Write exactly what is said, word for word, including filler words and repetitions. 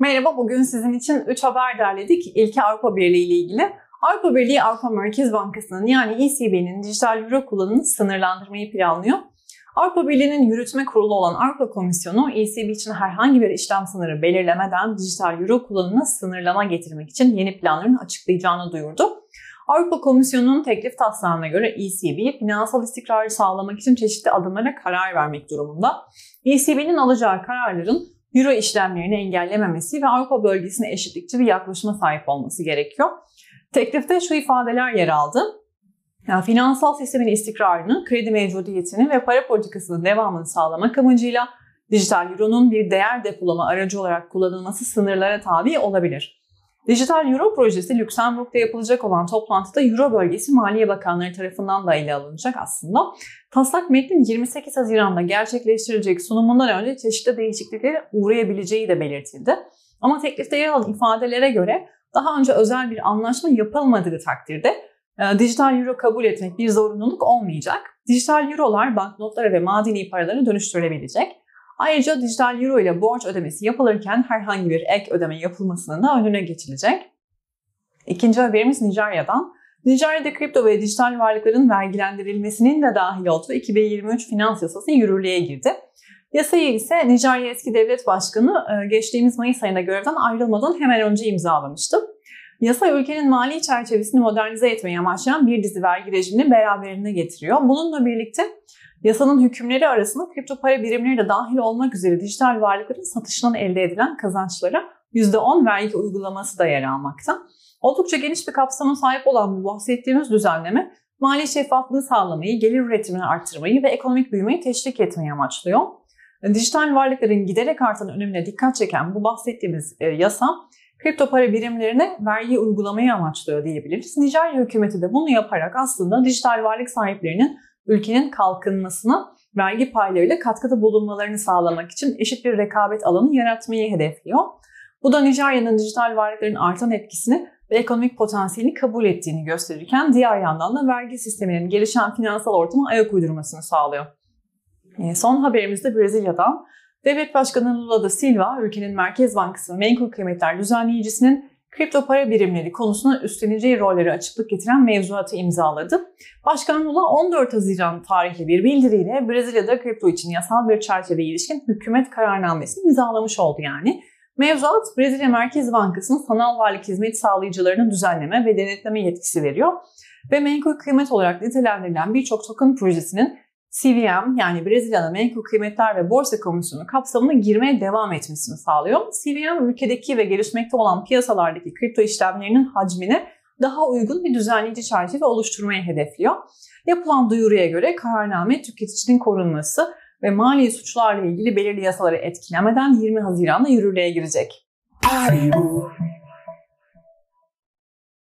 Merhaba, bugün sizin için üç haber derledik. İlki Avrupa Birliği ile ilgili. Avrupa Birliği Avrupa Merkez Bankası'nın yani E C B'nin dijital euro kullanımını sınırlandırmayı planlıyor. Avrupa Birliği'nin yürütme kurulu olan Avrupa Komisyonu E C B için herhangi bir işlem sınırı belirlemeden dijital euro kullanımına sınırlama getirmek için yeni planlarını açıklayacağını duyurdu. Avrupa Komisyonu'nun teklif taslağına göre E C B, finansal istikrarı sağlamak için çeşitli adımlara karar vermek durumunda. E C B'nin alacağı kararların Euro işlemlerini engellememesi ve Avrupa bölgesine eşitlikçi bir yaklaşıma sahip olması gerekiyor. Teklifte şu ifadeler yer aldı. Yani finansal sistemin istikrarını, kredi mevcudiyetini ve para politikasının devamını sağlamak amacıyla dijital euronun bir değer depolama aracı olarak kullanılması sınırlara tabi olabilir. Dijital Euro projesi Lüksemburg'da yapılacak olan toplantıda Euro bölgesi Maliye Bakanları tarafından da ele alınacak aslında. Taslak metnin yirmi sekiz Haziran'da gerçekleştirilecek sunumundan önce çeşitli değişikliklere uğrayabileceği de belirtildi. Ama teklifte yer alan ifadelere göre daha önce özel bir anlaşma yapılmadığı takdirde e, dijital euro kabul etmek bir zorunluluk olmayacak. Dijital eurolar banknotlara ve madeni paralara dönüştürülebilecek. Ayrıca dijital euro ile borç ödemesi yapılırken herhangi bir ek ödeme yapılmasının da önüne geçilecek. İkinci haberimiz Nijerya'dan. Nijerya'da kripto ve dijital varlıkların vergilendirilmesinin de dahil olduğu iki bin yirmi üç finans yasası yürürlüğe girdi. Yasayı ise Nijerya eski devlet başkanı geçtiğimiz Mayıs ayında görevden ayrılmadan hemen önce imzalamıştı. Yasa ülkenin mali çerçevesini modernize etmeyi amaçlayan bir dizi vergi rejimini beraberinde getiriyor. Bununla birlikte yasanın hükümleri arasında kripto para birimleri de dahil olmak üzere dijital varlıkların satışından elde edilen kazançlara yüzde on vergi uygulaması da yer almakta. Oldukça geniş bir kapsama sahip olan bu bahsettiğimiz düzenleme, mali şeffaflığı sağlamayı, gelir üretimini arttırmayı ve ekonomik büyümeyi teşvik etmeyi amaçlıyor. Dijital varlıkların giderek artan önemine dikkat çeken bu bahsettiğimiz yasa, kripto para birimlerine vergi uygulamayı amaçlıyor diyebiliriz. Nijerya hükümeti de bunu yaparak aslında dijital varlık sahiplerinin ülkenin kalkınmasına vergi paylarıyla katkıda bulunmalarını sağlamak için eşit bir rekabet alanı yaratmayı hedefliyor. Bu da Nijerya'nın dijital varlıkların artan etkisini ve ekonomik potansiyelini kabul ettiğini gösterirken diğer yandan da vergi sisteminin gelişen finansal ortama ayak uydurmasını sağlıyor. Son haberimiz de Brezilya'dan. Devlet Başkanı Lula da Silva, ülkenin Merkez Bankası ve Menkul Kıymetler Düzenleyicisi'nin kripto para birimleri konusunda üstleneceği rolleri açıklık getiren mevzuatı imzaladı. Başkan Lula on dört Haziran tarihli bir bildiriyle Brezilya'da kripto için yasal bir çerçeveye ilişkin hükümet kararnamesini imzalamış oldu yani. Mevzuat, Brezilya Merkez Bankası'nın sanal varlık hizmet sağlayıcılarını düzenleme ve denetleme yetkisi veriyor. Ve menkul kıymet olarak nitelendirilen birçok token projesinin C V M yani Brezilya'da Menkul Kıymetler ve Borsa Komisyonu kapsamına girmeye devam etmesini sağlıyor. C V M ülkedeki ve gelişmekte olan piyasalardaki kripto işlemlerinin hacmine daha uygun bir düzenleyici çerçeve oluşturmayı hedefliyor. Yapılan duyuruya göre kararname tüketicinin korunması ve mali suçlarla ilgili belirli yasaları etkilemeden yirmi Haziran'da yürürlüğe girecek.